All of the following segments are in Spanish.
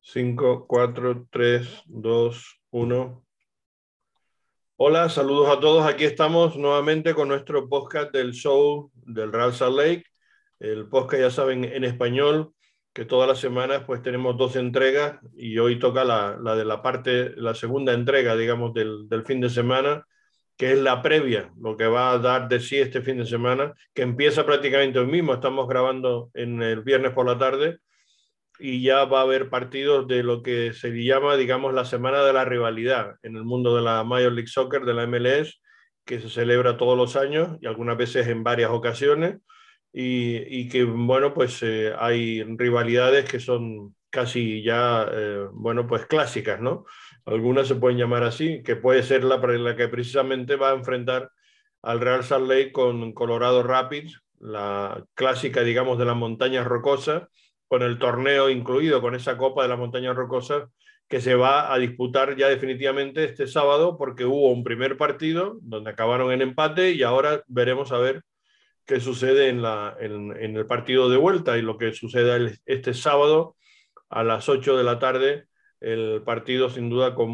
5, 4, 3, 2, 1. Hola, saludos a todos. Aquí estamos nuevamente con nuestro podcast del show del Real Salt Lake. El podcast, ya saben, en español, que todas las semanas pues tenemos 2 entregas y hoy toca la de la segunda entrega, digamos, del fin de semana, que es la previa, lo que va a dar de sí este fin de semana, que empieza prácticamente hoy mismo. Estamos grabando en el viernes por la tarde y ya va a haber partidos de lo que se llama, digamos, la semana de la rivalidad en el mundo de la Major League Soccer, de la MLS, que se celebra todos los años y algunas veces en varias ocasiones, y que, bueno, pues hay rivalidades que son casi ya, bueno, pues clásicas, ¿no? Algunas se pueden llamar así, que puede ser la que precisamente va a enfrentar al Real Salt Lake con Colorado Rapids, la clásica, digamos, de las montañas rocosas, con el torneo incluido, con esa Copa de las Montañas Rocosas, que se va a disputar ya definitivamente este sábado, porque hubo un primer partido donde acabaron en empate y ahora veremos a ver qué sucede en el partido de vuelta y lo que suceda este sábado a las 8 de la tarde, el partido sin duda con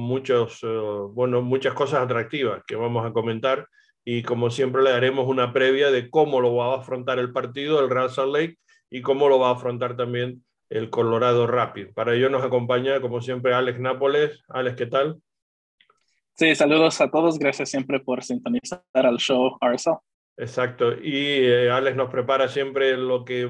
muchas cosas atractivas que vamos a comentar, y como siempre le daremos una previa de cómo lo va a afrontar el partido el Real Salt Lake y cómo lo va a afrontar también el Colorado Rapids. Para ello nos acompaña, como siempre, Alex Nápoles. Alex, ¿qué tal? Sí, saludos a todos. Gracias siempre por sintonizar al show RSL. Exacto. Y Alex nos prepara siempre lo que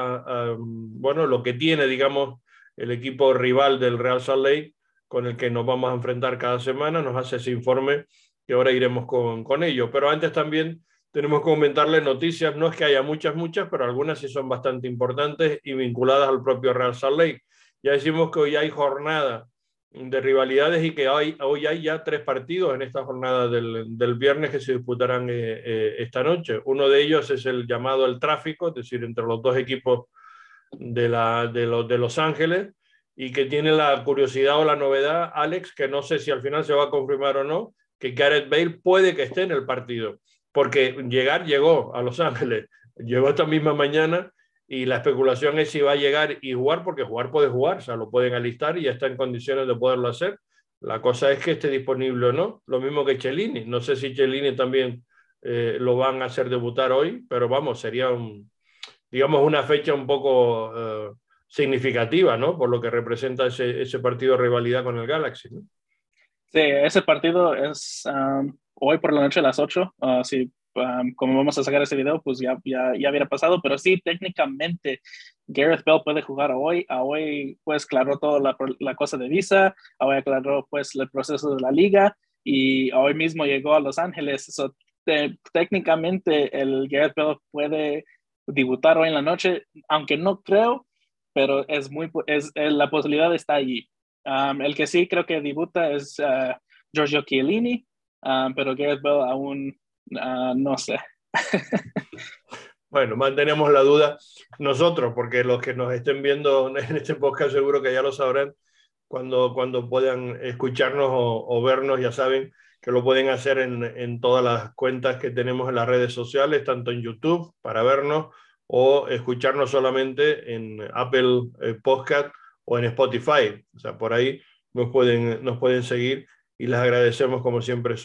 bueno, lo que tiene, digamos, el equipo rival del Real Salt Lake, con el que nos vamos a enfrentar cada semana. Nos hace ese informe que ahora iremos con ello. Pero antes también tenemos que comentarles noticias. No es que haya muchas, pero algunas sí son bastante importantes y vinculadas al propio Real Salt Lake. Ya decimos que hoy hay jornada de rivalidades y que hoy hay ya 3 partidos en esta jornada del viernes que se disputarán esta noche. Uno de ellos es el llamado el tráfico, es decir, entre los dos equipos de Los Ángeles, y que tiene la curiosidad o la novedad, Alex, que no sé si al final se va a confirmar o no, que Gareth Bale puede que esté en el partido, porque llegó a Los Ángeles, llegó esta misma mañana, y la especulación es si va a llegar y jugar, porque jugar puede jugar, o sea, lo pueden alistar y ya está en condiciones de poderlo hacer. La cosa es que esté disponible o no, lo mismo que Chiellini. No sé si Chiellini también lo van a hacer debutar hoy, pero vamos, sería digamos, una fecha un poco significativa, ¿no? Por lo que representa ese partido de rivalidad con el Galaxy, ¿no? Sí, ese partido es hoy por la noche a las 8. Sí, como vamos a sacar ese video, pues ya hubiera pasado, pero sí, técnicamente Gareth Bale puede jugar hoy. A hoy, pues, aclaró toda la cosa de visa, a hoy aclaró, pues, el proceso de la liga y hoy mismo llegó a Los Ángeles. So, técnicamente el Gareth Bale puede debutar hoy en la noche, aunque no creo, pero la posibilidad está allí. El que sí creo que debuta es Giorgio Chiellini, pero Gareth Bale aún no sé. Bueno, mantenemos la duda nosotros, porque los que nos estén viendo en este podcast seguro que ya lo sabrán cuando puedan escucharnos o vernos. Ya saben que lo pueden hacer en todas las cuentas que tenemos en las redes sociales, tanto en YouTube para vernos o escucharnos solamente en Apple Podcast o en Spotify. O sea, por ahí nos pueden seguir, y les agradecemos como siempre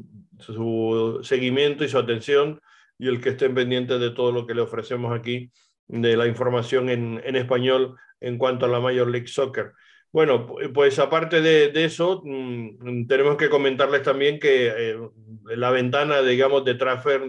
su seguimiento y su atención, y el que estén pendientes de todo lo que le ofrecemos aquí, de la información en español en cuanto a la Major League Soccer. Bueno, pues aparte de eso, tenemos que comentarles también que la ventana, digamos, de transfer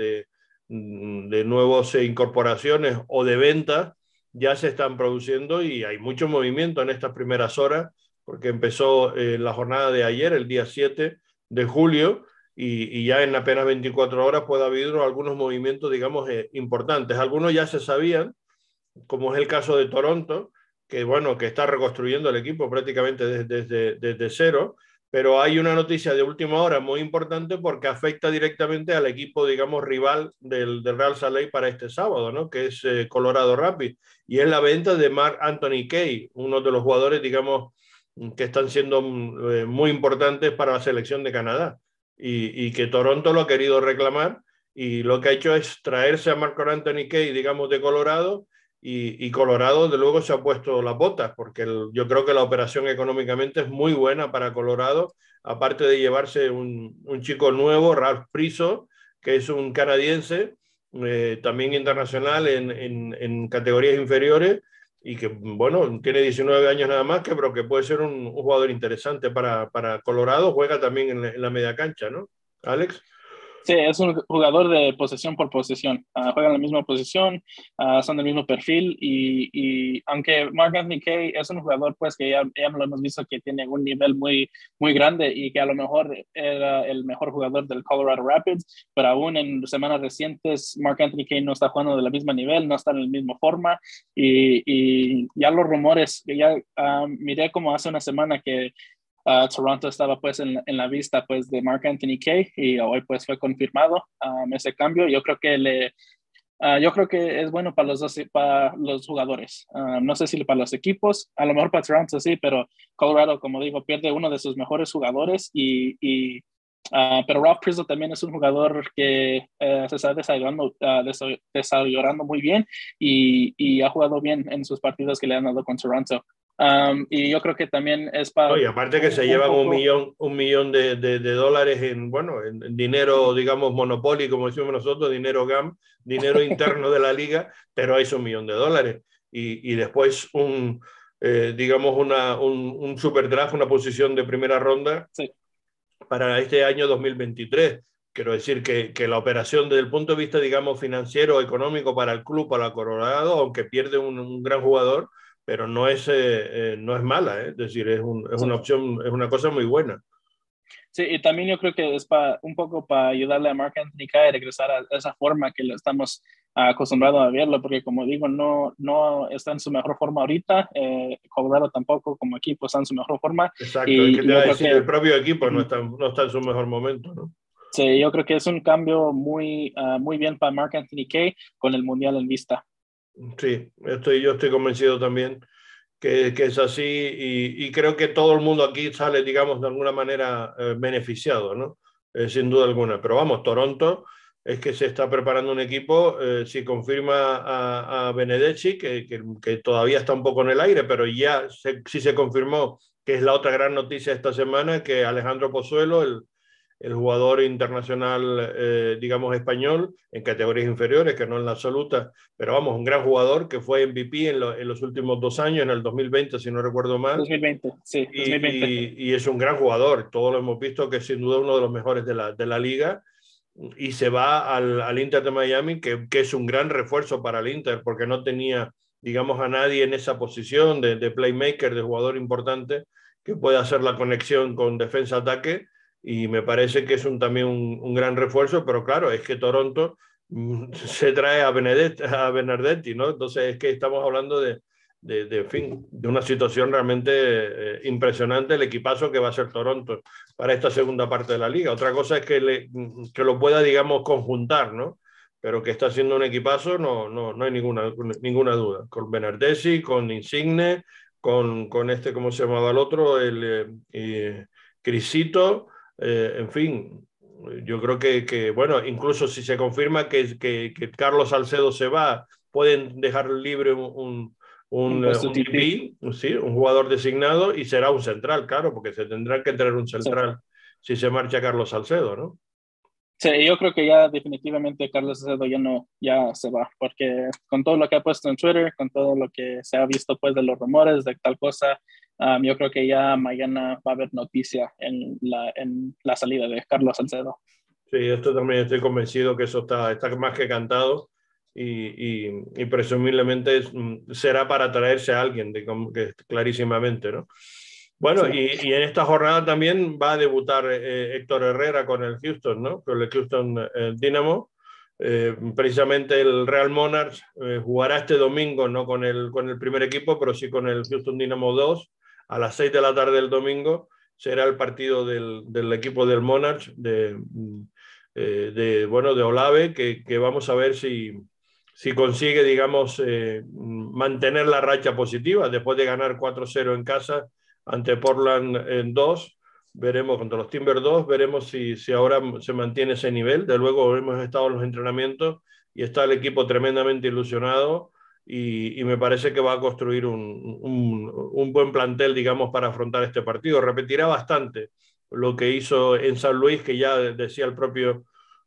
de nuevas incorporaciones o de ventas ya se están produciendo, y hay mucho movimiento en estas primeras horas, porque empezó la jornada de ayer, el día 7 de julio, y ya en apenas 24 horas puede haber algunos movimientos, digamos, importantes. Algunos ya se sabían, como es el caso de Toronto, que bueno, que está reconstruyendo el equipo prácticamente desde cero, pero hay una noticia de última hora muy importante porque afecta directamente al equipo, digamos, rival del Real Salt Lake para este sábado, ¿no? Que es Colorado Rapids, y es la venta de Mark Anthony Kaye, uno de los jugadores, digamos, que están siendo muy importantes para la selección de Canadá, y que Toronto lo ha querido reclamar, y lo que ha hecho es traerse a Mark Anthony Kaye, digamos, de Colorado, y Colorado de luego se ha puesto las botas, porque yo creo que la operación económicamente es muy buena para Colorado, aparte de llevarse un chico nuevo, Ralph Priso, que es un canadiense, también internacional en categorías inferiores, y que, bueno, tiene 19 años nada más, pero que puede ser un jugador interesante para Colorado. Juega también en la media cancha, ¿no, Alex? Sí, es un jugador de posesión por posesión. Juegan la misma posición, son del mismo perfil y aunque Mark Anthony Kaye es un jugador pues que ya lo hemos visto que tiene un nivel muy grande y que a lo mejor era el mejor jugador del Colorado Rapids, pero aún en semanas recientes Mark Anthony Kaye no está jugando de la misma nivel, no está en la misma forma y ya los rumores, que ya miré como hace una semana que Toronto estaba pues en la vista pues de Mark Anthony Kaye y hoy pues fue confirmado ese cambio. Yo creo que es bueno para los jugadores. No sé si para los equipos, a lo mejor para Toronto sí, pero Colorado, como digo, pierde uno de sus mejores jugadores pero Ralph Priso también es un jugador que se está desarrollando muy bien y ha jugado bien en sus partidos que le han dado con Toronto. Y yo creo que también es No, para y aparte que se un llevan poco, un millón de dólares en, bueno, en dinero, digamos, Monopoly, como decimos nosotros, dinero GAM, dinero interno de la liga, pero es $1 millón. Y después digamos, un super draft, una posición de primera ronda sí, para este año 2023. Quiero decir que la operación desde el punto de vista, digamos, financiero, económico para el club, para Colorado, aunque pierde un gran jugador, pero no es mala, ¿eh? Es decir, es sí. una opción, es una cosa muy buena. Sí, y también yo creo que es un poco para ayudarle a Mark Anthony Kaye a regresar a esa forma que lo estamos acostumbrados a verlo, porque como digo, no está en su mejor forma ahorita, Colorado tampoco como equipo está en su mejor forma, Exacto, es que te y va yo a creo decir, el que propio equipo ujú, no está en su mejor momento, ¿no? sí, yo creo que es un cambio muy bien para Mark Anthony Kaye con el Mundial en vista. Sí, yo estoy convencido también que es así y creo que todo el mundo aquí sale, digamos, de alguna manera beneficiado, ¿no? Sin duda alguna. Pero vamos, Toronto es que se está preparando un equipo, si confirma a Benedetti, que todavía está un poco en el aire, pero sí se confirmó, que es la otra gran noticia esta semana, que Alejandro Pozuelo, el jugador internacional, digamos, español, en categorías inferiores, que no en la absoluta, pero vamos, un gran jugador que fue MVP en los últimos 2 años, en el 2020, si no recuerdo mal, 2020, sí, 2020. y es un gran jugador. Todos lo hemos visto que es sin duda uno de los mejores de la liga. Y se va al Inter de Miami, que es un gran refuerzo para el Inter, porque no tenía, digamos, a nadie en esa posición de playmaker, de jugador importante, que pueda hacer la conexión con defensa-ataque. Y me parece que es también un gran refuerzo, pero claro, es que Toronto se trae a Bernardetti, ¿no? Entonces es que estamos hablando en fin, de una situación realmente impresionante, el equipazo que va a ser Toronto para esta segunda parte de la liga. Otra cosa es que lo pueda, digamos, conjuntar, ¿no? Pero que está haciendo un equipazo, no hay ninguna duda. Con Bernardeschi, con Insigne, con este, ¿cómo se llamaba el otro? Crisito, en fin. Yo creo bueno, incluso si se confirma que Carlos Salcedo se va, pueden dejar libre Un puesto un TP, DP, ¿sí? Un jugador designado y será un central, claro, porque se tendrá que tener un sí. central si se marcha Carlos Salcedo, ¿no? Sí, yo creo que ya definitivamente Carlos Acevedo ya se va, porque con todo lo que ha puesto en Twitter, con todo lo que se ha visto pues de los rumores de tal cosa, yo creo que ya mañana va a haber noticia en la salida de Carlos Salcedo. Sí, esto también estoy convencido que eso está más que cantado y presumiblemente será para traerse a alguien, clarísimamente, ¿no? Sí, Bueno, y en esta jornada también va a debutar Héctor Herrera con el Houston, ¿no? Con el Houston Dynamo. Precisamente el Real Monarchs jugará este domingo, no con el primer equipo, pero sí con el Houston Dynamo 2 a las 6 de la tarde del domingo. Será el partido del equipo del Monarchs de Olave, que vamos a ver si consigue, digamos, mantener la racha positiva después de ganar 4-0 en casa ante Portland en 2. Veremos contra los Timbers 2, veremos si ahora se mantiene ese nivel. De luego hemos estado en los entrenamientos y está el equipo tremendamente ilusionado y me parece que va a construir un buen plantel, digamos, para afrontar este partido. Repetirá bastante lo que hizo en San Luis, que ya decía el propio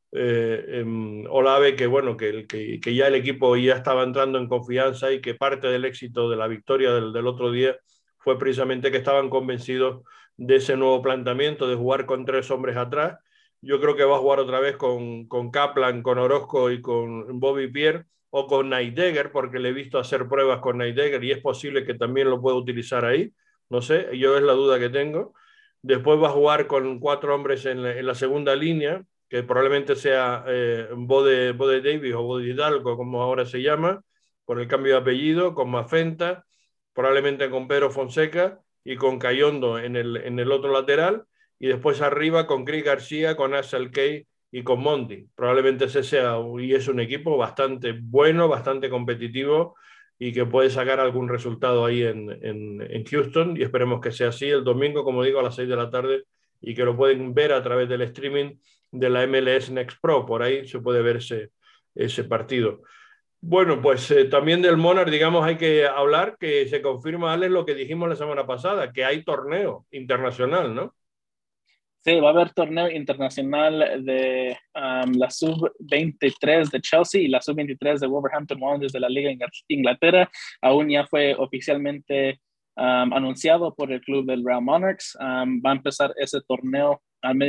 Olave que, bueno, que ya el equipo ya estaba entrando en confianza y que parte del éxito de la victoria del otro día fue precisamente que estaban convencidos de ese nuevo planteamiento de jugar con 3 hombres atrás. Yo creo que va a jugar otra vez con Kaplan, con Orozco y con Bobby Pierre o con Neidegger, porque le he visto hacer pruebas con Neidegger y es posible que también lo pueda utilizar ahí. No sé, yo es la duda que tengo. Después va a jugar con 4 hombres en la segunda línea, que probablemente sea Bode Davis o Bode Hidalgo, como ahora se llama, por el cambio de apellido, con Mafenta, probablemente con Pedro Fonseca y con Cayondo en el otro lateral, y después arriba con Chris García, con Axel Kay y con Monty. Probablemente ese sea, y es un equipo bastante bueno, bastante competitivo y que puede sacar algún resultado ahí en Houston, y esperemos que sea así el domingo, como digo, a las 6 de la tarde, y que lo pueden ver a través del streaming de la MLS Next Pro. Por ahí se puede ver ese partido. Bueno, pues también del Monarch, digamos, hay que hablar que se confirma, Alex, lo que dijimos la semana pasada, que hay torneo internacional, ¿no? Sí, va a haber torneo internacional de la sub-23 de Chelsea y la sub-23 de Wolverhampton Wanderers de la Liga Inglaterra. Aún ya fue oficialmente anunciado por el club del Real Monarchs. Va a empezar ese torneo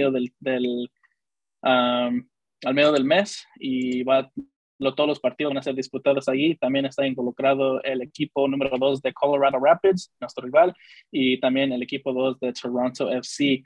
al medio del mes y todos los partidos van a ser disputados allí. También está involucrado el equipo número 2 de Colorado Rapids, nuestro rival, y también el equipo 2 de Toronto FC.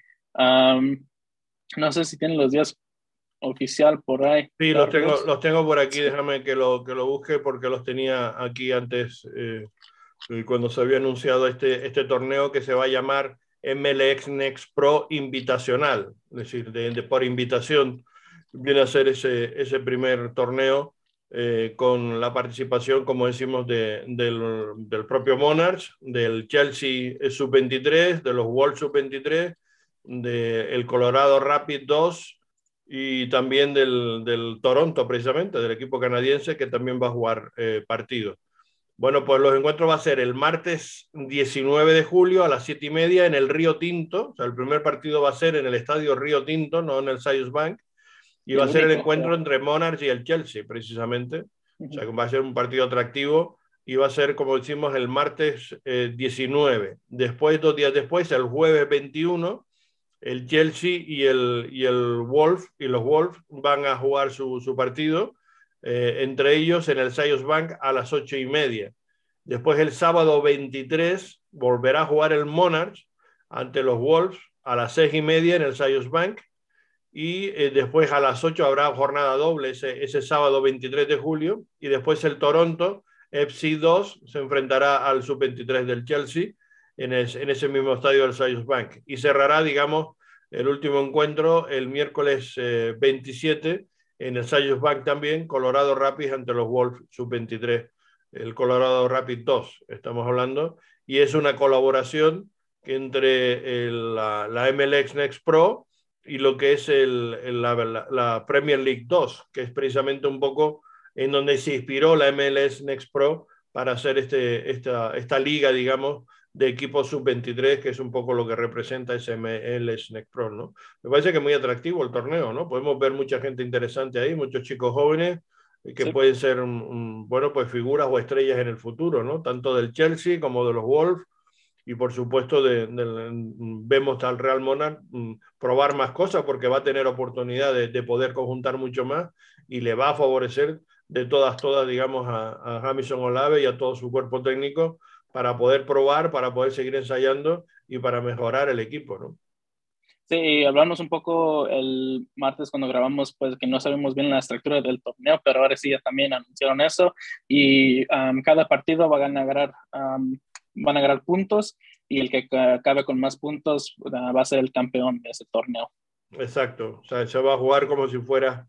No sé si tienen los días oficial por ahí. Sí, Carlos. los tengo por aquí, déjame que lo busque porque los tenía aquí antes, cuando se había anunciado este torneo que se va a llamar MLX Next Pro Invitacional, es decir, por invitación viene a ser ese primer torneo con la participación, como decimos, del propio Monarchs, del Chelsea Sub-23, de los Wolves Sub-23, del Colorado Rapid 2 y también del Toronto, precisamente, del equipo canadiense que también va a jugar partidos. Bueno, pues los encuentros va a ser el martes 19 de julio a las 7:30 en el Río Tinto. O sea, el primer partido va a ser en el estadio Río Tinto, no en el Science Bank. Y va El a ser el único. encuentro entre Monarchs y el Chelsea, precisamente. O sea, que va a ser un partido atractivo y va a ser, como decimos, el martes 19. Después, 2 días después, el jueves 21, el Chelsea y los Wolves van a jugar su partido, entre ellos en el Science Bank a las 8:30. Después el sábado 23 volverá a jugar el Monarchs ante los Wolves a las 6:30 en el Science Bank, y después a las 8 habrá jornada doble ese sábado 23 de julio, y después el Toronto FC2 se enfrentará al sub-23 del Chelsea en ese mismo estadio del Science Bank, y cerrará, digamos, el último encuentro el miércoles 27 en el Science Bank también, Colorado Rapids ante los Wolves sub-23, el Colorado Rapids 2 estamos hablando, y es una colaboración entre la MLX Next Pro y lo que es la Premier League 2, que es precisamente un poco en donde se inspiró la MLS Next Pro para hacer esta liga, digamos, de equipos sub-23, que es un poco lo que representa ese MLS Next Pro, ¿no? Me parece que es muy atractivo el torneo, ¿no? Podemos ver mucha gente interesante ahí, muchos chicos jóvenes que Sí. pueden ser, bueno, pues figuras o estrellas en el futuro, ¿no? Tanto del Chelsea como de los Wolves, y por supuesto vemos al Real Monarch probar más cosas porque va a tener oportunidad de poder conjuntar mucho más y le va a favorecer de todas, digamos, a Jamison Olave y a todo su cuerpo técnico para poder probar, para poder seguir ensayando y para mejorar el equipo, ¿no? Sí, hablamos un poco el martes cuando grabamos, pues que no sabemos bien la estructura del torneo, pero ahora sí ya también anunciaron eso y cada partido van a ganar puntos y el que acabe con más puntos va a ser el campeón de ese torneo. Exacto, o sea, se va a jugar como si fuera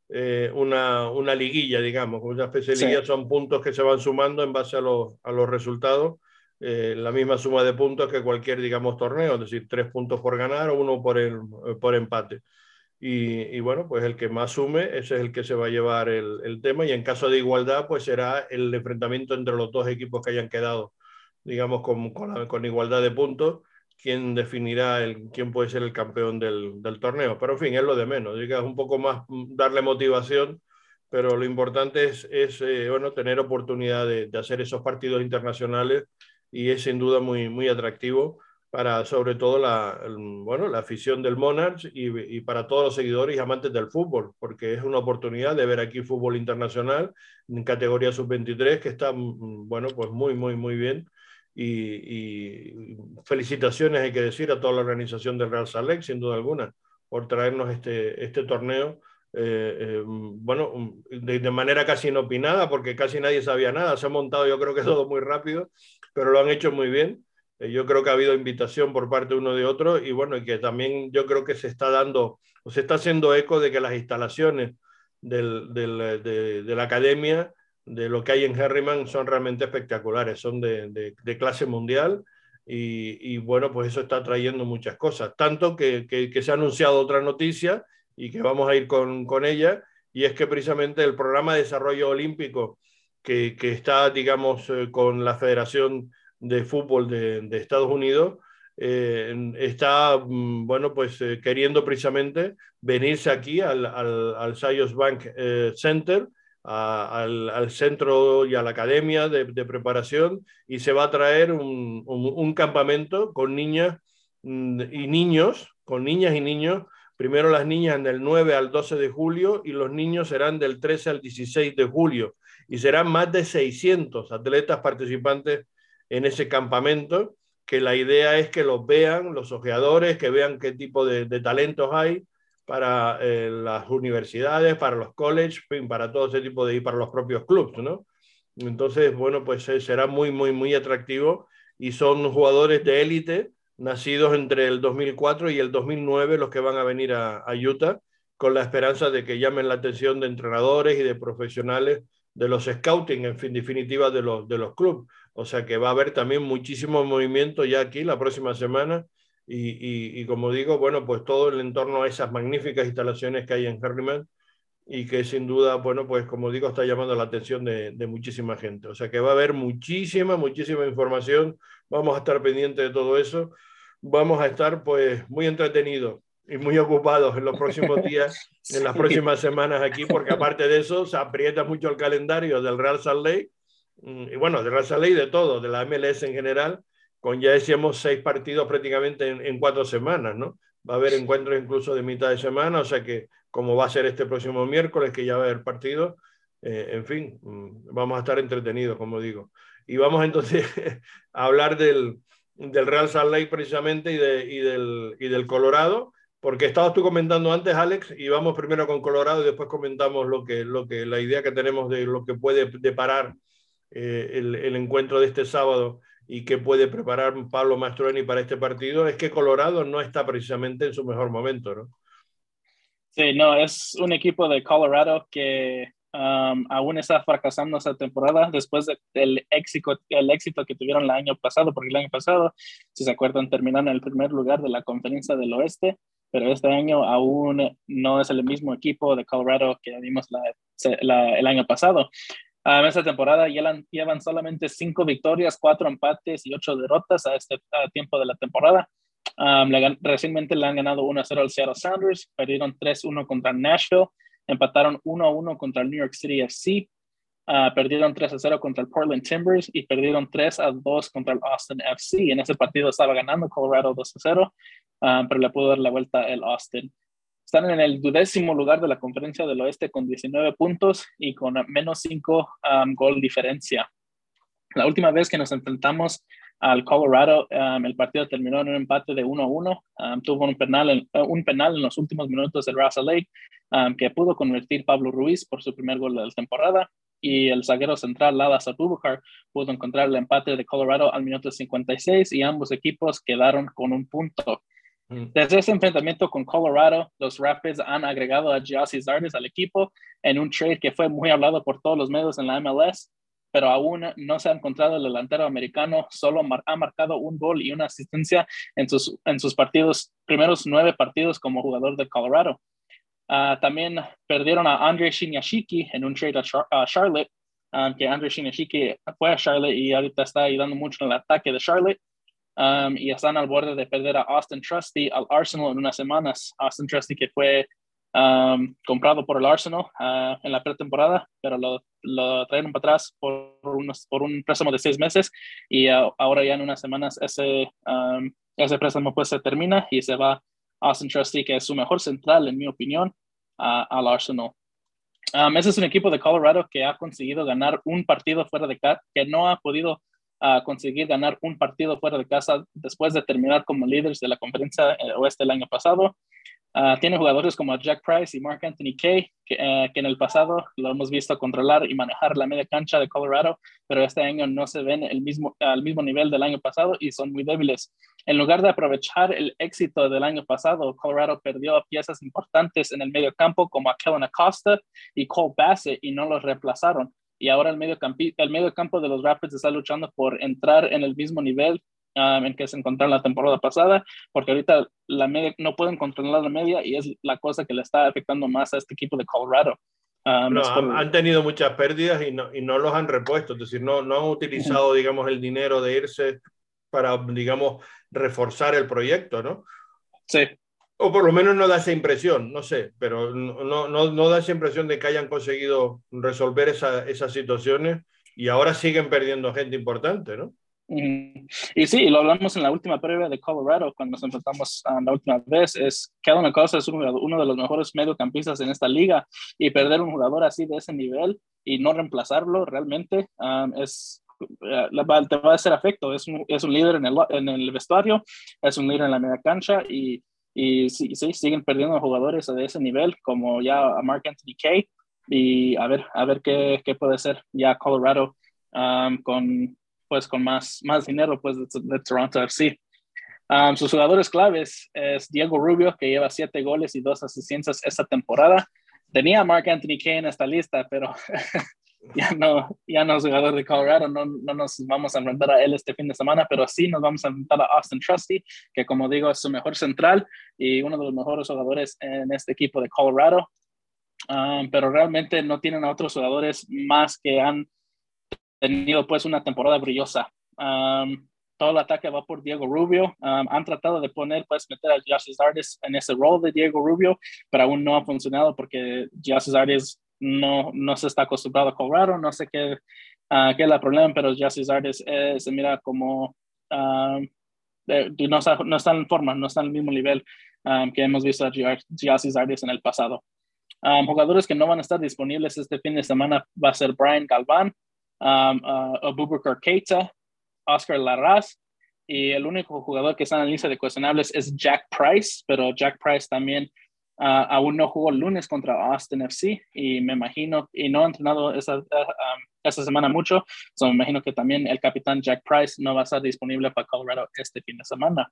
una liguilla, digamos, como una especie de Sí. liguilla, son puntos que se van sumando en base a los resultados, la misma suma de puntos que cualquier, digamos, torneo, es decir, 3 puntos por ganar o 1 por empate. y bueno, pues el que más sume, ese es el que se va a llevar el tema, y en caso de igualdad, pues será el enfrentamiento entre los dos equipos que hayan quedado, digamos, con igualdad de puntos, quién definirá quién puede ser el campeón del torneo. Pero en fin, es lo de menos, diga, es un poco más darle motivación, pero lo importante es bueno, tener oportunidad de hacer esos partidos internacionales, y es sin duda muy, muy atractivo para sobre todo bueno, la afición del Monarchs, y para todos los seguidores y amantes del fútbol, porque es una oportunidad de ver aquí fútbol internacional en categoría sub-23, que está, bueno, pues muy, muy, muy bien. Y felicitaciones, hay que decir, a toda la organización del Real Salt Lake, sin duda alguna, por traernos este torneo, bueno, de manera casi inopinada, porque casi nadie sabía nada. Se ha montado, yo creo que todo muy rápido, pero lo han hecho muy bien. Yo creo que ha habido invitación por parte de uno de otro, y bueno, y que también yo creo que se está dando, o se está haciendo eco de que las instalaciones de la academia, de lo que hay en Herriman, son realmente espectaculares, son de clase mundial, y bueno, pues eso está trayendo muchas cosas, tanto que se ha anunciado otra noticia y que vamos a ir con ella, y es que precisamente el programa de desarrollo olímpico que está, digamos, con la Federación de Fútbol de Estados Unidos, está, bueno, pues queriendo precisamente venirse aquí al Zions Bank Center, al centro y a la academia de preparación, y se va a traer un campamento con niñas y niños, con niñas y niños. Primero las niñas del 9 al 12 de julio y los niños serán del 13 al 16 de julio. Y serán más de 600 atletas participantes en ese campamento, que la idea es que los vean los ojeadores, que vean qué tipo de talentos hay para las universidades, para los colleges, para todo ese tipo y para los propios clubes, ¿no? Entonces, bueno, pues será muy, muy, muy atractivo, y son jugadores de élite nacidos entre el 2004 y el 2009 los que van a venir a Utah, con la esperanza de que llamen la atención de entrenadores y de profesionales de los scouting, en fin, definitiva de los clubes. O sea que va a haber también muchísimo movimiento ya aquí la próxima semana, y como digo, bueno, pues todo el entorno a esas magníficas instalaciones que hay en Herriman, y que sin duda, bueno, pues como digo, está llamando la atención de muchísima gente. O sea que va a haber muchísima, muchísima información, vamos a estar pendientes de todo eso, vamos a estar pues muy entretenidos y muy ocupados en los próximos días, en las Sí. próximas semanas aquí, porque aparte de eso se aprieta mucho el calendario del Real Salt Lake, y bueno, del Real Salt Lake, de todo, de la MLS en general, con ya decíamos 6 partidos prácticamente en 4 semanas, ¿no? Va a haber encuentros incluso de mitad de semana, o sea que como va a ser este próximo miércoles, que ya va a haber partido, en fin, vamos a estar entretenidos, como digo. Y vamos entonces a hablar del Real Salt Lake precisamente, y del Colorado, porque estabas tú comentando antes, Alex, y vamos primero con Colorado y después comentamos la idea que tenemos de lo que puede deparar el encuentro de este sábado, y que puede preparar Pablo Mastroeni para este partido. Es que Colorado no está precisamente en su mejor momento, ¿no? Sí, no, es un equipo de Colorado que aún está fracasando esta temporada después del éxito que tuvieron el año pasado, porque el año pasado, si se acuerdan, terminaron en el primer lugar de la Conferencia del Oeste, pero este año aún no es el mismo equipo de Colorado que vimos el año pasado. Esta temporada llevan solamente 5 victorias, 4 empates y 8 derrotas a tiempo de la temporada. Recientemente le han ganado 1-0 al Seattle Sounders, perdieron 3-1 contra Nashville, empataron 1-1 contra el New York City FC, perdieron 3-0 contra el Portland Timbers y perdieron 3-2 contra el Austin FC. En ese partido estaba ganando Colorado 2-0, pero le pudo dar la vuelta el Austin. Están en el 12º lugar de la Conferencia del Oeste con 19 puntos y con menos 5 gol diferencia. La última vez que nos enfrentamos al Colorado, el partido terminó en un empate de 1-1. Tuvo un penal en los últimos minutos del Real Salt Lake, que pudo convertir Pablo Ruiz por su primer gol de la temporada. Y el zaguero central, Lalas Abubakar, pudo encontrar el empate de Colorado al minuto 56, y ambos equipos quedaron con un punto. Desde ese enfrentamiento con Colorado, los Rapids han agregado a Gyasi Zardes al equipo en un trade que fue muy hablado por todos los medios en la MLS, pero aún no se ha encontrado el delantero americano. Solo ha marcado un gol y una asistencia en sus primeros 9 partidos como jugador de Colorado. También perdieron a Andrei Shinyashiki en un trade a Charlotte, que Andrei Shinyashiki fue a Charlotte y ahorita está ayudando mucho en el ataque de Charlotte. Y están al borde de perder a Austin Trusty al Arsenal en unas semanas. Austin Trusty que fue comprado por el Arsenal en la pretemporada, pero lo trajeron para atrás por un préstamo de 6 meses y ahora ya en unas semanas ese préstamo pues se termina y se va Austin Trusty, que es su mejor central en mi opinión, al Arsenal. Ese es un equipo de Colorado que ha conseguido ganar un partido fuera de casa, que no ha podido conseguir ganar un partido fuera de casa después de terminar como líderes de la conferencia oeste el año pasado. Tiene jugadores como Jack Price y Mark Anthony Kaye, que en el pasado lo hemos visto controlar y manejar la media cancha de Colorado, pero este año no se ven al mismo nivel del año pasado y son muy débiles. En lugar de aprovechar el éxito del año pasado, Colorado perdió piezas importantes en el medio campo como a Kellen Acosta y Cole Bassett y no los reemplazaron. Y ahora el medio campo de los Rapids está luchando por entrar en el mismo nivel en que se encontraron la temporada pasada, porque ahorita la media, no pueden controlar la media y es la cosa que le está afectando más a este equipo de Colorado. Han tenido muchas pérdidas y no los han repuesto, es decir, no han utilizado, digamos, el dinero de irse para, digamos, reforzar el proyecto, ¿no? Sí. O por lo menos no da esa impresión, no sé, pero no da esa impresión de que hayan conseguido resolver esas situaciones y ahora siguen perdiendo gente importante, ¿no? Y sí, lo hablamos en la última previa de Colorado cuando nos enfrentamos la última vez. Kellen Acosta es uno de los mejores mediocampistas en esta liga y perder un jugador así de ese nivel y no reemplazarlo realmente te va a hacer efecto. Es un líder en el vestuario, es un líder en la media cancha y sí, siguen perdiendo jugadores de ese nivel como ya a Mark Anthony Kaye y a ver qué puede ser ya Colorado con más dinero pues, de Toronto FC. Sus jugadores claves es Diego Rubio, que lleva 7 goles y 2 asistencias esta temporada. Tenía a Mark Anthony Kaye en esta lista, pero ya no es jugador de Colorado, no nos vamos a enfrentar a él este fin de semana, pero sí nos vamos a enfrentar a Austin Trusty, que como digo es su mejor central y uno de los mejores jugadores en este equipo de Colorado. Pero realmente no tienen a otros jugadores más que han tenido pues una temporada brillosa. Todo el ataque va por Diego Rubio. Han tratado de meter a Josh Zardes en ese rol de Diego Rubio, pero aún no ha funcionado porque Josh Zardes no se está acostumbrado a Colorado. No sé qué es el problema, pero Josh Zardes se mira como no está en forma, no está en el mismo nivel que hemos visto a Josh Zardes en el pasado. Jugadores que no van a estar disponibles este fin de semana va a ser Brian Galván, Abubakar Keita, Oscar Larraz y el único jugador que está en la lista de cuestionables es Jack Price, pero Jack Price también aún no jugó el lunes contra Austin FC y me imagino, y no ha entrenado esta semana mucho, me imagino que también el capitán Jack Price no va a estar disponible para Colorado este fin de semana.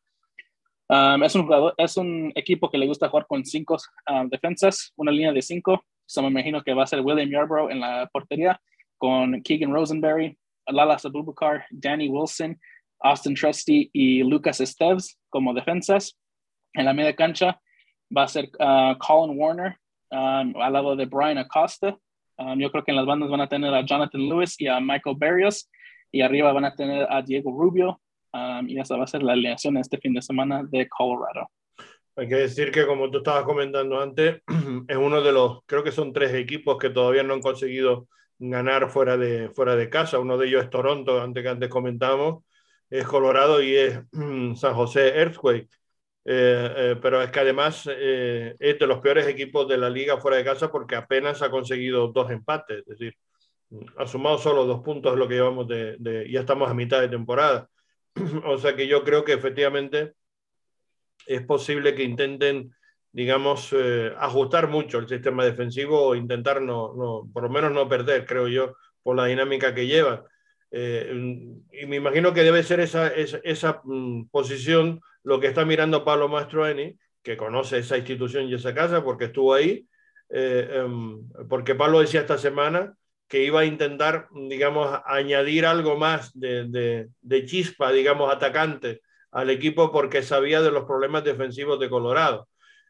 Es un equipo que le gusta jugar con 5 defensas, una línea de 5, me imagino que va a ser William Yarbrough en la portería, con Keegan Rosenberry, Lalas Abubakar, Danny Wilson, Austin Trusty y Lucas Esteves como defensas. En la media cancha va a ser Colin Warner al lado de Brian Acosta. Yo creo que en las bandas van a tener a Jonathan Lewis y a Michael Barrios y arriba van a tener a Diego Rubio y esa va a ser la alineación este fin de semana de Colorado. Hay que decir que, como tú estabas comentando antes, es uno de los, creo que son 3 equipos que todavía no han conseguido ganar fuera de casa. Uno de ellos es Toronto, que antes comentamos, es Colorado y es San José Earthquake. Pero es que además es de los peores equipos de la liga fuera de casa porque apenas ha conseguido 2 empates. Es decir, ha sumado solo 2 puntos lo que llevamos ya estamos a mitad de temporada. O sea que yo creo que efectivamente es posible que intenten, digamos, ajustar mucho el sistema defensivo o intentar por lo menos no perder, creo yo, por la dinámica que lleva. Y me imagino que debe ser esa posición lo que está mirando Pablo Mastroeni, que conoce esa institución y esa casa porque estuvo ahí, porque Pablo decía esta semana que iba a intentar, digamos, añadir algo más de chispa, digamos, atacante al equipo porque sabía de los problemas defensivos de Colorado.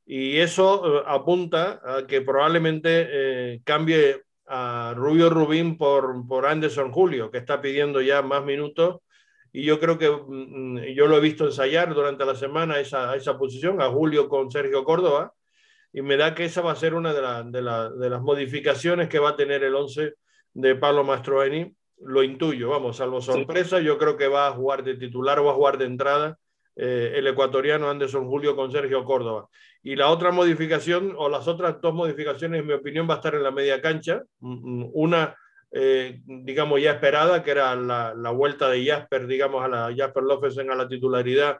Y eso apunta a que probablemente cambie a Rubio Rubín por Anderson Julio, que está pidiendo ya más minutos. Y yo creo que yo lo he visto ensayar durante la semana esa posición, a Julio con Sergio Córdoba, y me da que esa va a ser una de las modificaciones que va a tener el 11 de Pablo Mastroeni. Lo intuyo, vamos, salvo Sí, sorpresa, yo creo que va a jugar de titular o va a jugar de entrada el ecuatoriano Anderson Julio con Sergio Córdoba. Y la otra modificación, o las otras dos modificaciones, en mi opinión, va a estar en la media cancha. Una, digamos, ya esperada, que era la vuelta de Jasper, digamos, a la Jasper Lofesen a la titularidad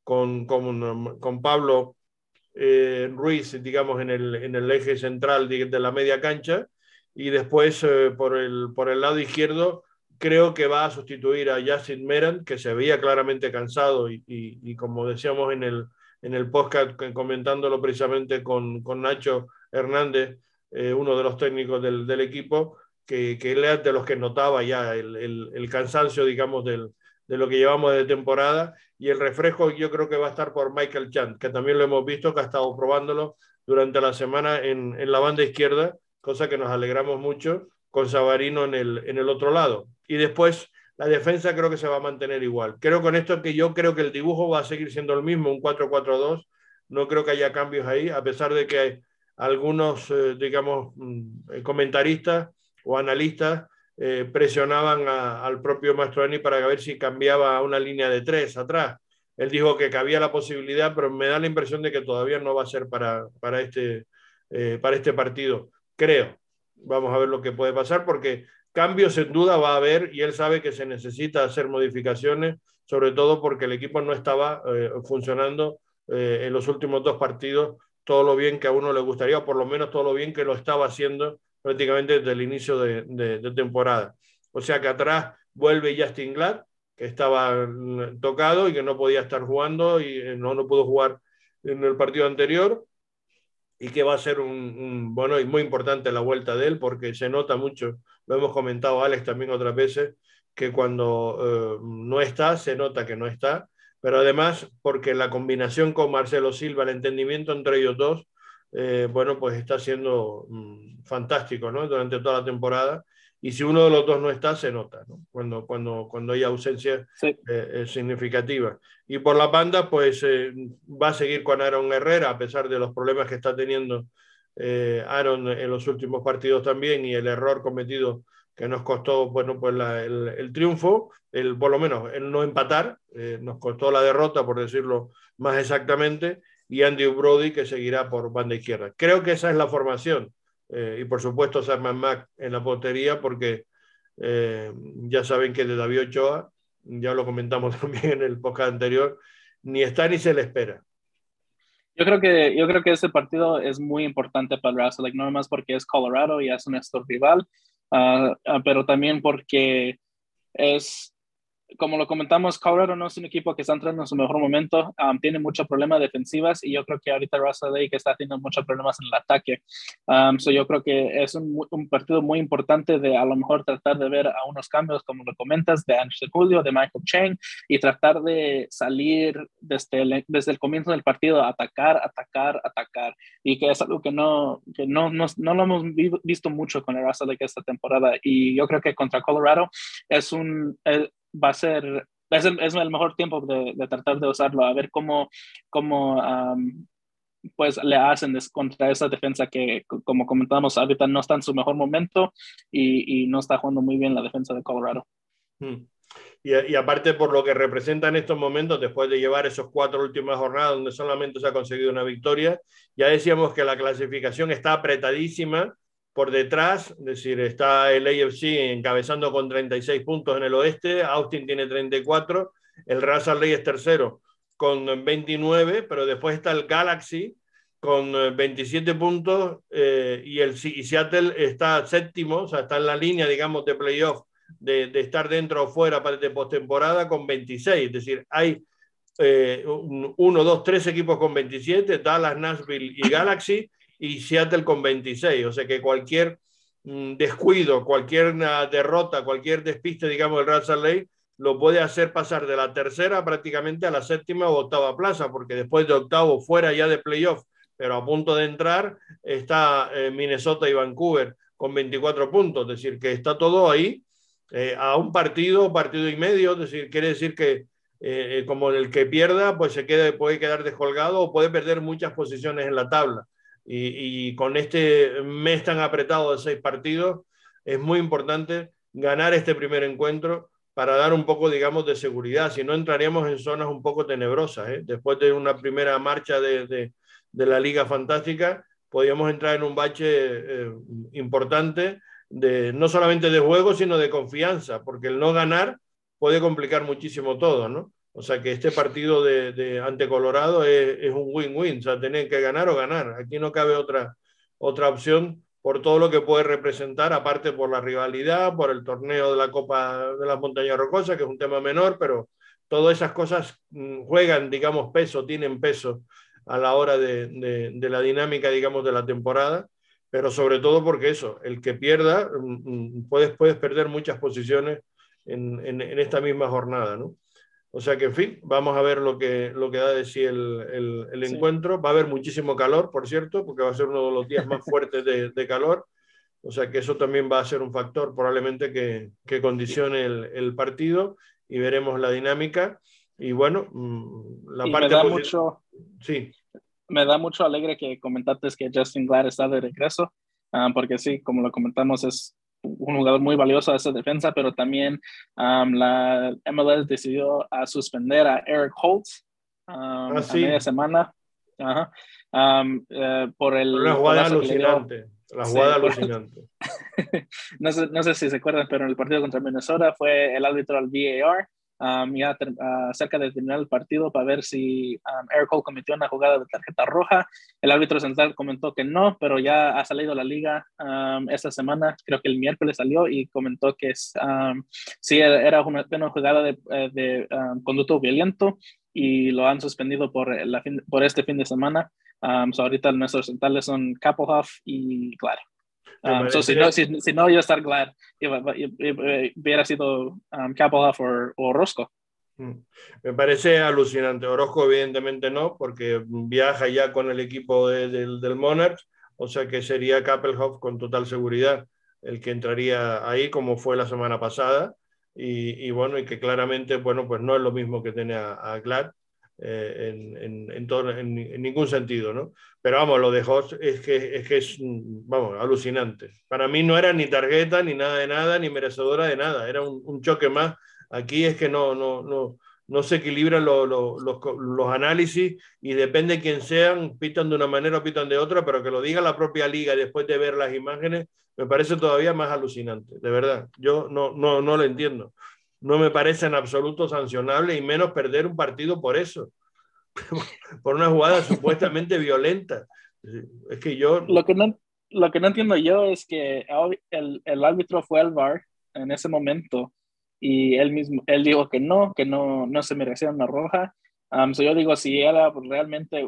con Pablo Ruiz, digamos, en el eje central de la media cancha. Y después, por el lado izquierdo, creo que va a sustituir a Yacine Meran, que se veía claramente cansado y como decíamos en el podcast, comentándolo precisamente con Nacho Hernández, uno de los técnicos del equipo, que él es de los que notaba ya el cansancio, digamos, de lo que llevamos de temporada. Y el refresco yo creo que va a estar por Michael Chant, que también lo hemos visto, que ha estado probándolo durante la semana en la banda izquierda, cosa que nos alegramos mucho, con Savarino en el otro lado. Y después la defensa creo que se va a mantener igual. Creo con esto que yo creo que el dibujo va a seguir siendo el mismo, un 4-4-2. No creo que haya cambios ahí, a pesar de que hay algunos, digamos, comentaristas o analistas presionaban al propio Mastroeni para ver si cambiaba a una línea de 3 atrás. Él dijo que cabía la posibilidad, pero me da la impresión de que todavía no va a ser para este partido. Creo. Vamos a ver lo que puede pasar, porque cambios sin duda va a haber y él sabe que se necesita hacer modificaciones, sobre todo porque el equipo no estaba funcionando en los últimos dos partidos todo lo bien que a uno le gustaría, o por lo menos todo lo bien que lo estaba haciendo prácticamente desde el inicio de temporada. O sea que atrás vuelve Justin Glad, que estaba tocado y que no podía estar jugando y no pudo jugar en el partido anterior, y que va a ser bueno y muy importante la vuelta de él, porque se nota mucho, lo hemos comentado Alex también otras veces, que cuando no está, se nota que no está, pero además porque la combinación con Marcelo Silva, el entendimiento entre ellos dos, bueno, pues está siendo fantástico, ¿no? Durante toda la temporada. Y si uno de los dos no está, se nota, ¿no? Cuando hay ausencia sí. significativa. Y por la banda, pues va a seguir con Aaron Herrera, a pesar de los problemas que está teniendo Aaron en los últimos partidos también y el error cometido que nos costó, bueno, pues el triunfo, por lo menos el no empatar, nos costó la derrota, por decirlo más exactamente, y Andy Brody, que seguirá por banda izquierda. Creo que esa es la formación. Y por supuesto Sarman Mac en la portería, porque ya saben que de David Ochoa, ya lo comentamos también en el podcast anterior, ni está ni se le espera. Yo creo que este partido es muy importante para el Real Salt Lake, no más porque es Colorado y es nuestro rival, pero también porque es, como lo comentamos, Colorado no es un equipo que está entrando en su mejor momento, tiene muchos problemas defensivas y yo creo que ahorita Russell Lake está teniendo muchos problemas en el ataque. Yo creo que es un partido muy importante de a lo mejor tratar de ver a unos cambios, como lo comentas, de Anderson Julio, de Michael Chang, y tratar de salir desde el comienzo del partido, atacar, y que es algo que no lo hemos visto mucho con el Russell Lake esta temporada. Y yo creo que contra Colorado va a ser, es el mejor tiempo de tratar de usarlo, a ver cómo pues le hacen contra esa defensa que, como comentamos, ahorita no está en su mejor momento y no está jugando muy bien la defensa de Colorado. Y aparte por lo que representa en estos momentos, después de llevar esos 4 últimas jornadas donde solamente se ha conseguido una victoria, ya decíamos que la clasificación está apretadísima por detrás, es decir, está el AFC encabezando con 36 puntos en el oeste, Austin tiene 34, el Real Salt Lake es tercero con 29, pero después está el Galaxy con 27 puntos y Seattle está séptimo, o sea, está en la línea, digamos, de playoff de estar dentro o fuera de postemporada con 26, es decir, hay 1, 2, 3 equipos con 27, Dallas, Nashville y Galaxy, y Seattle con 26, o sea que cualquier descuido, cualquier derrota, cualquier despiste, digamos, del Real Salt Lake, lo puede hacer pasar de la tercera prácticamente a la séptima o octava plaza, porque después de octavo fuera ya de playoff pero a punto de entrar está Minnesota y Vancouver con 24 puntos, es decir, que está todo ahí a un partido y medio, es decir, quiere decir que como el que pierda, pues puede quedar descolgado o puede perder muchas posiciones en la tabla. Y con este mes tan apretado de 6 partidos, es muy importante ganar este primer encuentro para dar un poco, digamos, de seguridad. Si no, entraríamos en zonas un poco tenebrosas. Después de una primera marcha de la Liga Fantástica, podríamos entrar en un bache importante, no solamente de juego, sino de confianza, porque el no ganar puede complicar muchísimo todo, ¿no? O sea que este partido ante Colorado es un win-win, o sea, tienen que ganar o ganar. Aquí no cabe otra opción por todo lo que puede representar, aparte por la rivalidad, por el torneo de la Copa de las Montañas Rocosas, que es un tema menor, pero todas esas cosas juegan, digamos, peso, tienen peso a la hora de la dinámica, digamos, de la temporada, pero sobre todo porque eso, el que pierda, puedes perder muchas posiciones en esta misma jornada, ¿no? O sea que, en fin, vamos a ver lo que da de sí el Sí. encuentro. Va a haber muchísimo calor, por cierto, porque va a ser uno de los días más fuertes de calor. O sea que eso también va a ser un factor probablemente que condicione el partido y veremos la dinámica. Y bueno, la Y parte positiva. Sí. me da mucho alegre que comentaste que Justin Glad está de regreso, porque sí, como lo comentamos, es un jugador muy valioso a esa defensa, pero también la MLS decidió a suspender a Eric Holtz Ah, a media sí. semana. Ajá. Por Una el jugada codazo que le dio. alucinante. La Sí, jugada alucinante. no sé si se acuerdan, pero en el partido contra Minnesota fue el árbitro al VAR, ya cerca de terminar el partido para ver si Eric Cole cometió una jugada de tarjeta roja. El árbitro central comentó que no, pero ya ha salido la liga esta semana, creo que el miércoles salió y comentó que sí era una jugada de conducto violento y lo han suspendido por este fin de semana. So ahorita nuestros centrales son Kapelhoff y Glad. Me So parece, si no, yo estar glad hubiera sido Kapelhoff o Roscoe. me parece alucinante. Orozco, evidentemente no, porque viaja ya con el equipo del Monarchs, o sea que sería Kappelhoff con total seguridad el que entraría ahí, como fue la semana pasada. Y bueno, y que claramente, bueno, pues no es lo mismo que tiene a Glad en ningún sentido, ¿no? Pero vamos, lo de Hoss es, vamos, alucinante. Para mí no era ni tarjeta, ni nada de nada, ni merecedora de nada. Era un choque más. Aquí es que no se equilibran los análisis y depende de quién sean, pitan de una manera o pitan de otra, pero que lo diga la propia liga después de ver las imágenes, me parece todavía más alucinante, de verdad. Yo no lo entiendo. No me parece en absoluto sancionable y menos perder un partido por eso, por una jugada supuestamente violenta. Es que yo... Lo que no entiendo yo es que el árbitro fue al VAR en ese momento y él dijo que no se merecía una roja. So yo digo, si era realmente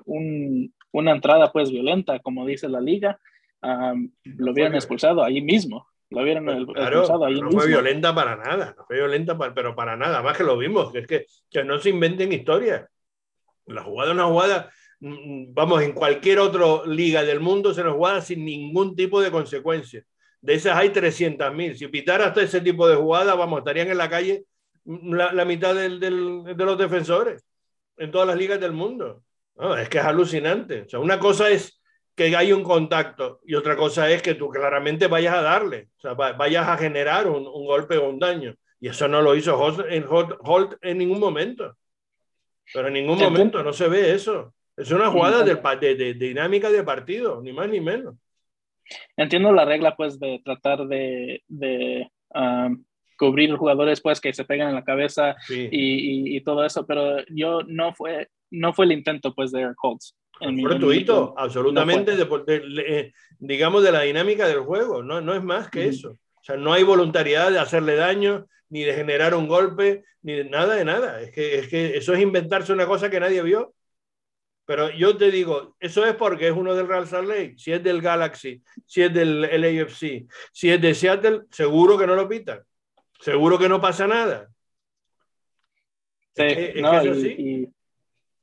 una entrada pues violenta, como dice la liga, lo No fue hubieran violenta. expulsado ahí mismo. Lo hubieran Pues claro, expulsado pero ahí no fue mismo. violenta para nada, no fue violenta, pero para nada, más que lo vimos, que no se inventen historias. La jugada es una jugada, vamos, en cualquier otra liga del mundo se nos juega sin ningún tipo de consecuencia. De esas hay 300.000. Si pitara hasta ese tipo de jugada, vamos, estarían en la calle la mitad de los defensores en todas las ligas del mundo. No, es que es alucinante. O sea, una cosa es que hay un contacto y otra cosa es que tú claramente vayas a darle, o sea, vayas a generar un golpe o un daño. Y eso no lo hizo Holt en ningún momento. Pero en ningún Entiendo, momento no se ve eso. Es una jugada de dinámica de partido, ni más ni menos. entiendo la regla pues de tratar de cubrir jugadores pues que se pegan en la cabeza Sí, y todo eso, pero yo no fue el intento pues de Eric Holtz fue fortuito, no fue. absolutamente, digamos, de la dinámica del juego. No es más que Ujú. eso. O sea, no hay voluntariedad de hacerle daño, ni de generar un golpe, ni de nada de nada. Es que eso es inventarse una cosa que nadie vio. Pero yo te digo, eso es porque es uno del Real Salt Lake. Si es del Galaxy, si es del LAFC, si es de Seattle, seguro que no lo pitan. Seguro que no pasa nada. Sí, Es que no, es así.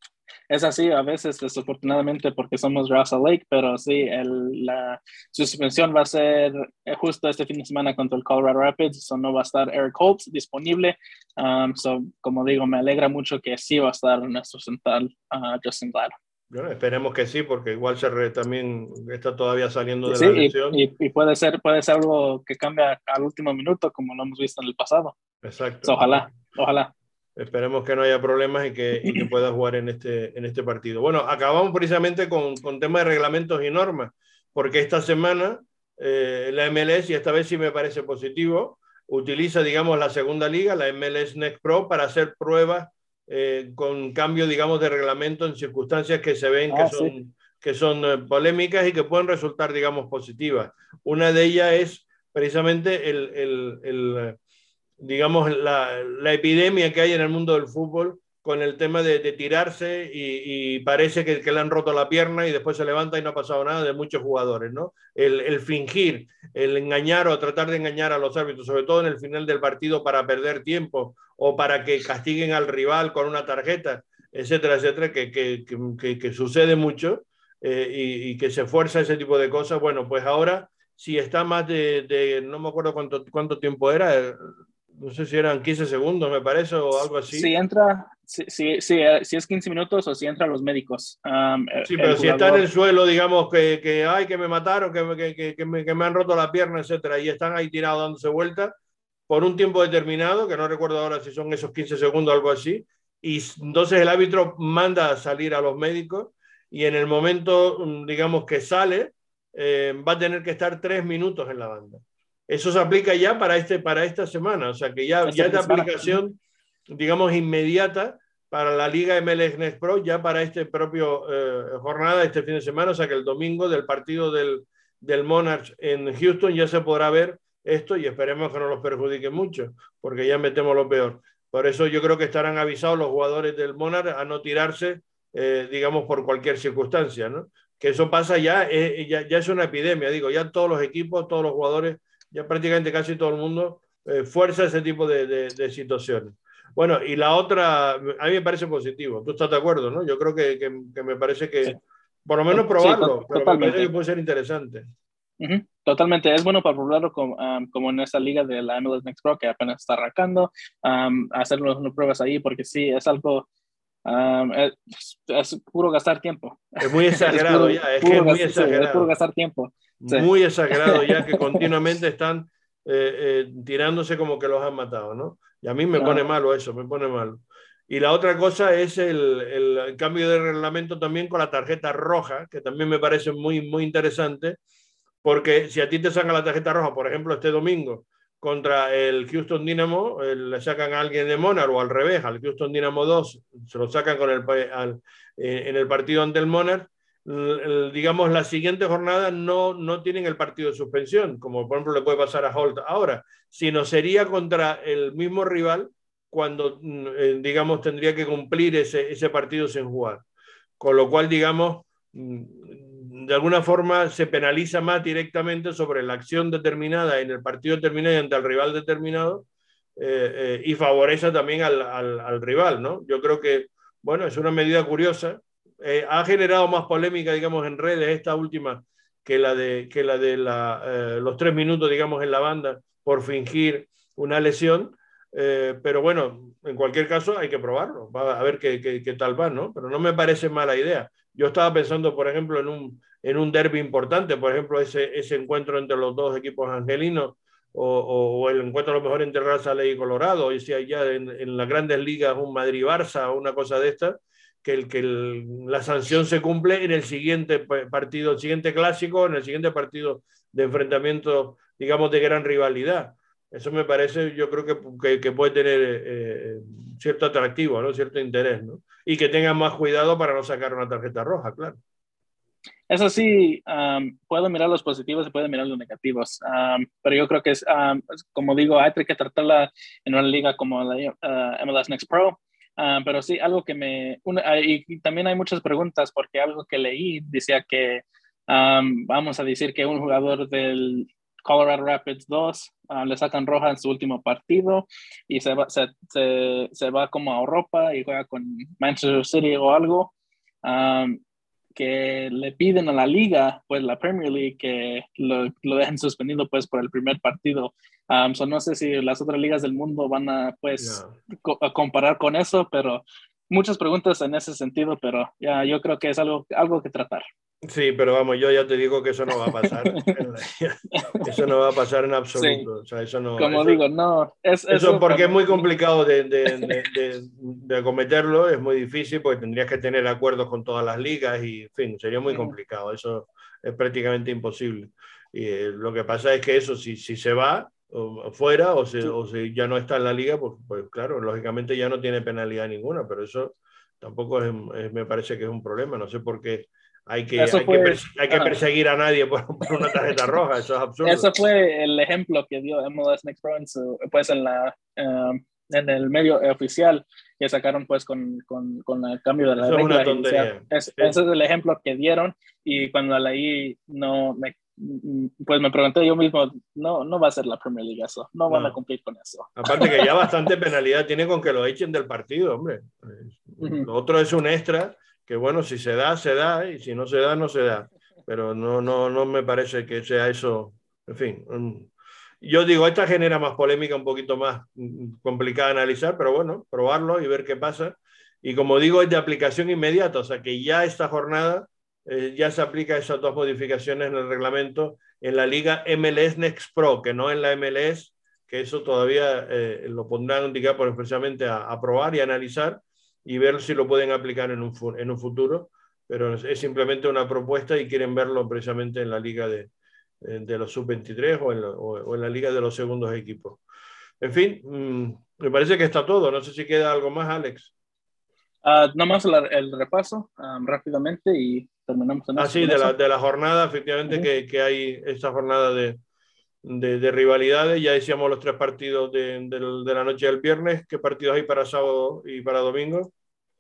Es así a veces, desafortunadamente, porque somos Real Salt Lake, pero sí, la suspensión va a ser justo este fin de semana contra el Colorado Rapids, so no va a estar Eric Holt disponible. So, como digo, me alegra mucho que sí va a estar nuestro central, Justin Glad. Bueno, esperemos que sí, porque igual también está todavía saliendo de Sí, la lesión. y puede ser algo que cambia al último minuto, como lo hemos visto en el pasado. Exacto. So, ojalá. Esperemos que no haya problemas y que pueda jugar en este partido. Bueno, acabamos precisamente con temas de reglamentos y normas, porque esta semana la MLS, y esta vez sí me parece positivo, utiliza, digamos, la segunda liga, la MLS Next Pro, para hacer pruebas con cambio, digamos, de reglamento en circunstancias que se ven Sí. que son polémicas y que pueden resultar, digamos, positivas. Una de ellas es precisamente digamos, la epidemia que hay en el mundo del fútbol con el tema de tirarse y parece que le han roto la pierna y después se levanta y no ha pasado nada de muchos jugadores, ¿no? El fingir, el engañar o tratar de engañar a los árbitros, sobre todo en el final del partido para perder tiempo o para que castiguen al rival con una tarjeta, etcétera, etcétera, que sucede mucho y que se fuerza ese tipo de cosas. Bueno, pues ahora si está más no me acuerdo cuánto tiempo era, no sé si eran 15 segundos, me parece, o algo así. Si entra, si es 15 minutos o si entra los médicos. Sí, El pero si está en el jugador, suelo, digamos ay, que me mataron, que me han roto la pierna, etcétera, y están ahí tirados dándose vueltas por un tiempo determinado, que no recuerdo ahora si son esos 15 segundos o algo así, y entonces el árbitro manda a salir a los médicos y en el momento, digamos, que sale, va a tener que estar 3 minutos en la banda. Eso se aplica ya para esta semana, o sea que ya este es fin de de semana. aplicación, digamos, inmediata para la Liga MLS Next Pro, ya para este propio jornada, este fin de semana, o sea que el domingo del partido del Monarch en Houston ya se podrá ver esto y esperemos que no los perjudique mucho, porque ya metemos lo peor. Por eso yo creo que estarán avisados los jugadores del Monarch a no tirarse, digamos, por cualquier circunstancia, ¿no? Que eso pasa ya es una epidemia, digo, ya todos los equipos, todos los jugadores, ya prácticamente casi todo el mundo fuerza ese tipo de situaciones. Bueno, y la otra, a mí me parece positivo. ¿Tú estás de acuerdo, no? Yo creo que me parece Sí, que, por lo menos sí, probarlo, pero me parece que totalmente. puede ser interesante. Totalmente, es bueno para probarlo como en esta liga de la MLS Next Pro que apenas está arrancando, hacer unas pruebas ahí porque sí, es algo, es puro gastar tiempo. Es muy Es exagerado ya, es que es muy sí, es puro exagerado. gastar tiempo. Sí. Muy exagerado ya que continuamente están tirándose como que los han matado, ¿no? Y a mí me pone No, malo eso, me pone malo. Y la otra cosa es el cambio de reglamento también con la tarjeta roja, que también me parece muy interesante, porque si a ti te sacan la tarjeta roja, por ejemplo, este domingo contra el Houston Dynamo, le sacan a alguien de Monarch o al revés, al Houston Dynamo 2, se lo sacan en el partido ante el Monarch, digamos, la siguiente jornada no tienen el partido de suspensión, como por ejemplo le puede pasar a Holt ahora, sino sería contra el mismo rival cuando, digamos, tendría que cumplir ese partido sin jugar. Con lo cual, digamos, de alguna forma se penaliza más directamente sobre la acción determinada en el partido determinado y ante el rival determinado y favorece también al rival, ¿no? Yo creo que, bueno, es una medida curiosa. Ha generado más polémica, digamos, en redes esta última que los 3 minutos, digamos, en la banda por fingir una lesión. Pero bueno, en cualquier caso hay que probarlo, a ver qué tal va, ¿no? Pero no me parece mala idea. Yo estaba pensando, por ejemplo, en un derby importante, por ejemplo, ese encuentro entre los dos equipos angelinos o el encuentro a lo mejor entre Real Salt Lake y Colorado, y si hay ya en las grandes ligas un Madrid-Barça o una cosa de esta, la sanción se cumple en el siguiente partido, el siguiente clásico, en el siguiente partido de enfrentamiento, digamos, de gran rivalidad. Eso me parece, yo creo que puede tener cierto atractivo, ¿no? Cierto interés, ¿no? Y que tengan más cuidado para no sacar una tarjeta roja, claro. eso sí, puedo mirar los positivos y puedo mirar los negativos, pero yo creo que como digo, hay que tratarla en una liga como la MLS Next Pro. Pero sí, algo que y también hay muchas preguntas porque algo que leí decía que vamos a decir que un jugador del Colorado Rapids 2 le sacan roja en su último partido y se va como a Europa y juega con Manchester City o algo. que le piden a la liga, pues la Premier League, que lo dejen suspendido pues por el primer partido. No sé si las otras ligas del mundo van a pues No. a comparar con eso, pero muchas preguntas en ese sentido, pero ya yo creo que es algo que tratar. Sí, pero vamos, yo ya te digo que eso no va a pasar. Eso no va a pasar en Sí, absoluto. O sea, eso no, como digo, no, es eso eso porque es cuando... muy complicado de acometerlo, es muy difícil porque tendrías que tener acuerdos con todas las ligas y, en fin, sería muy complicado. Eso es prácticamente imposible. Y lo que pasa es que eso, si se va o fuera o si ya no está en la liga, pues claro, lógicamente ya no tiene penalidad ninguna, pero eso tampoco me parece que es un problema. No sé por qué Eso fue, hay que perseguir a nadie por una tarjeta roja, eso es absurdo. eso fue el ejemplo que dio MLS Next Pro pues en el medio oficial que sacaron pues con el cambio de la Eso es una regla y decía, tontería. ese es el ejemplo que dieron y cuando leí pues me pregunté yo mismo, no va a ser la Premier League eso, no van a No. cumplir con eso. Aparte que ya bastante penalidad tiene con que lo echen del partido, hombre. Lo otro es un extra, que bueno, si se da, y si no se da, no se da. Pero no me parece que sea eso. En fin, yo digo, esta genera más polémica, un poquito más complicada de analizar, pero bueno, probarlo y ver qué pasa. Y como digo, es de aplicación inmediata, o sea que ya esta jornada ya se aplica esas dos modificaciones en el reglamento en la liga MLS Next Pro, que no en la MLS, que eso todavía lo pondrán, digamos, precisamente a probar y analizar y ver si lo pueden aplicar en un futuro, pero es simplemente una propuesta y quieren verlo precisamente en la liga de los sub-23 o en la liga de los segundos equipos. En fin, me parece que está todo. No sé si queda algo más, Alex. Nomás el repaso rápidamente y terminamos Ah, sí, con eso. de la jornada, efectivamente, Uh-huh. que hay esta jornada de rivalidades. Ya decíamos los tres partidos de la noche del viernes. ¿Qué partidos hay para sábado y para domingo?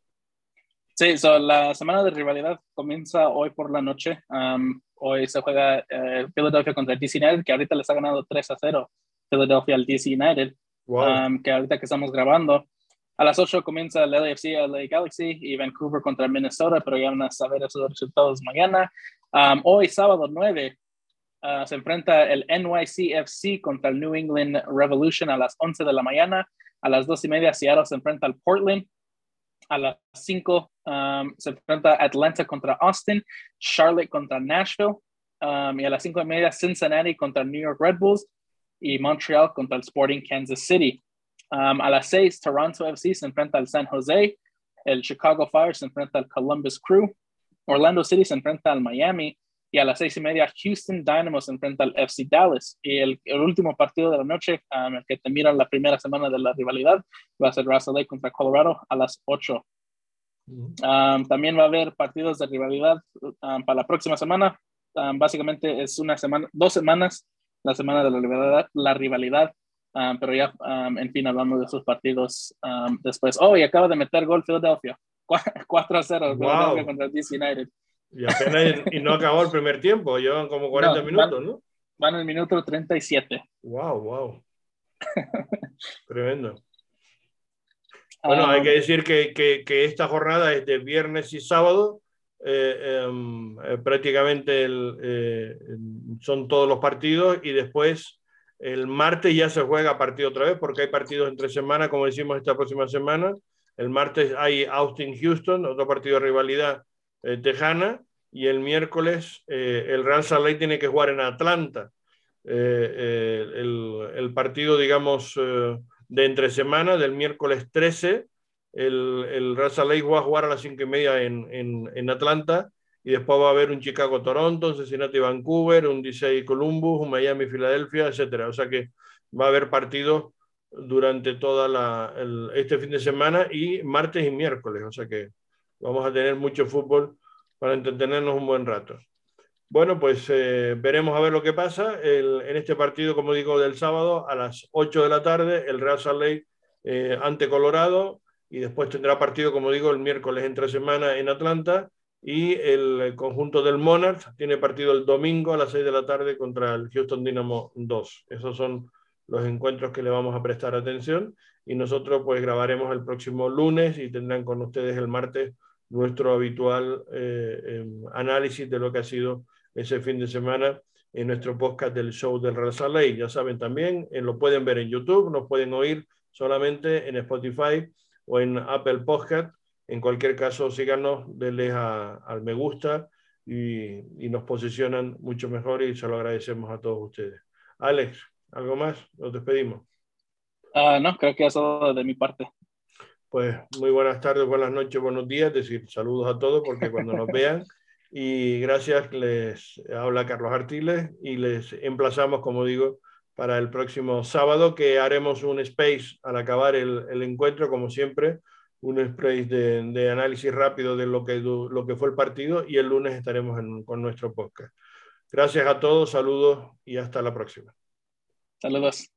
Sí, la semana de rivalidad comienza hoy por la noche. Hoy se juega Philadelphia contra el DC United, que ahorita les ha ganado 3-0 Philadelphia al DC United, Wow. que ahorita que estamos grabando. A las 8 comienza el LAFC, LA Galaxy y Vancouver contra Minnesota, pero ya van a saber esos resultados mañana. Hoy, sábado 9, se enfrenta el NYCFC contra el New England Revolution a las 11 de la mañana. A las 2:30, Seattle se enfrenta al Portland. A las 5 se enfrenta Atlanta contra Austin, Charlotte contra Nashville, y a las 5:30 Cincinnati contra New York Red Bulls y Montreal contra el Sporting Kansas City. A las 6 Toronto FC se enfrenta al San Jose, el Chicago Fire se enfrenta al Columbus Crew, Orlando City se enfrenta al Miami y a las 6:30 Houston Dynamo se enfrenta al FC Dallas. Y el último partido de la noche, el que termina la primera semana de la rivalidad, va a ser Russell Lake contra Colorado a las 8. También va a haber partidos de rivalidad para la próxima semana. Básicamente es 2 semanas la semana de la rivalidad, pero ya, en fin, hablamos de esos partidos después. Oh, y acaba de meter gol Philadelphia. 4-0 Philadelphia Wow. contra DC United. Y apenas y no acabó el primer tiempo, llevan como 40 No, minutos, ¿no? van al minuto 37. Wow, wow. Tremendo. Bueno, hay que Um, decir que esta jornada es de viernes y sábado. Prácticamente son todos los partidos y después el martes ya se juega partido otra vez porque hay partidos entre semana, como decimos esta próxima semana. El martes hay Austin-Houston, otro partido de rivalidad tejana, y el miércoles el Real Salt Lake tiene que jugar en Atlanta. El partido, digamos, de entre semana, del miércoles 13, el Real Salt Lake va a jugar a las 5:30 en Atlanta, y después va a haber un Chicago-Toronto, un Cincinnati-Vancouver, un DC-Columbus, un Miami-Filadelfia, etcétera. O sea que va a haber partidos durante este fin de semana y martes y miércoles. O sea que vamos a tener mucho fútbol para entretenernos un buen rato. Bueno, pues veremos a ver lo que pasa. En este partido, como digo, del sábado a las 8 de la tarde, el Real Salt Lake ante Colorado, y después tendrá partido, como digo, el miércoles entre semana en Atlanta, y el conjunto del Monarchs tiene partido el domingo a las 6 de la tarde contra el Houston Dynamo 2. Esos son los encuentros que le vamos a prestar atención, y nosotros pues grabaremos el próximo lunes y tendrán con ustedes el martes nuestro habitual análisis de lo que ha sido ese fin de semana en nuestro podcast del show del Real Salt Lake. Ya saben también, lo pueden ver en YouTube, nos pueden oír solamente en Spotify o en Apple Podcast. En cualquier caso, síganos, denles al me gusta y nos posicionan mucho mejor y se lo agradecemos a todos ustedes. Alex, ¿algo más? Nos despedimos. No, creo que eso es todo de mi parte. Pues muy buenas tardes, buenas noches, buenos días, es decir, saludos a todos porque cuando nos vean y gracias, les habla Carlos Artiles y les emplazamos, como digo, para el próximo sábado que haremos un space al acabar el encuentro, como siempre, un space de análisis rápido de lo que fue el partido y el lunes estaremos con nuestro podcast. Gracias a todos, saludos y hasta la próxima. Saludos.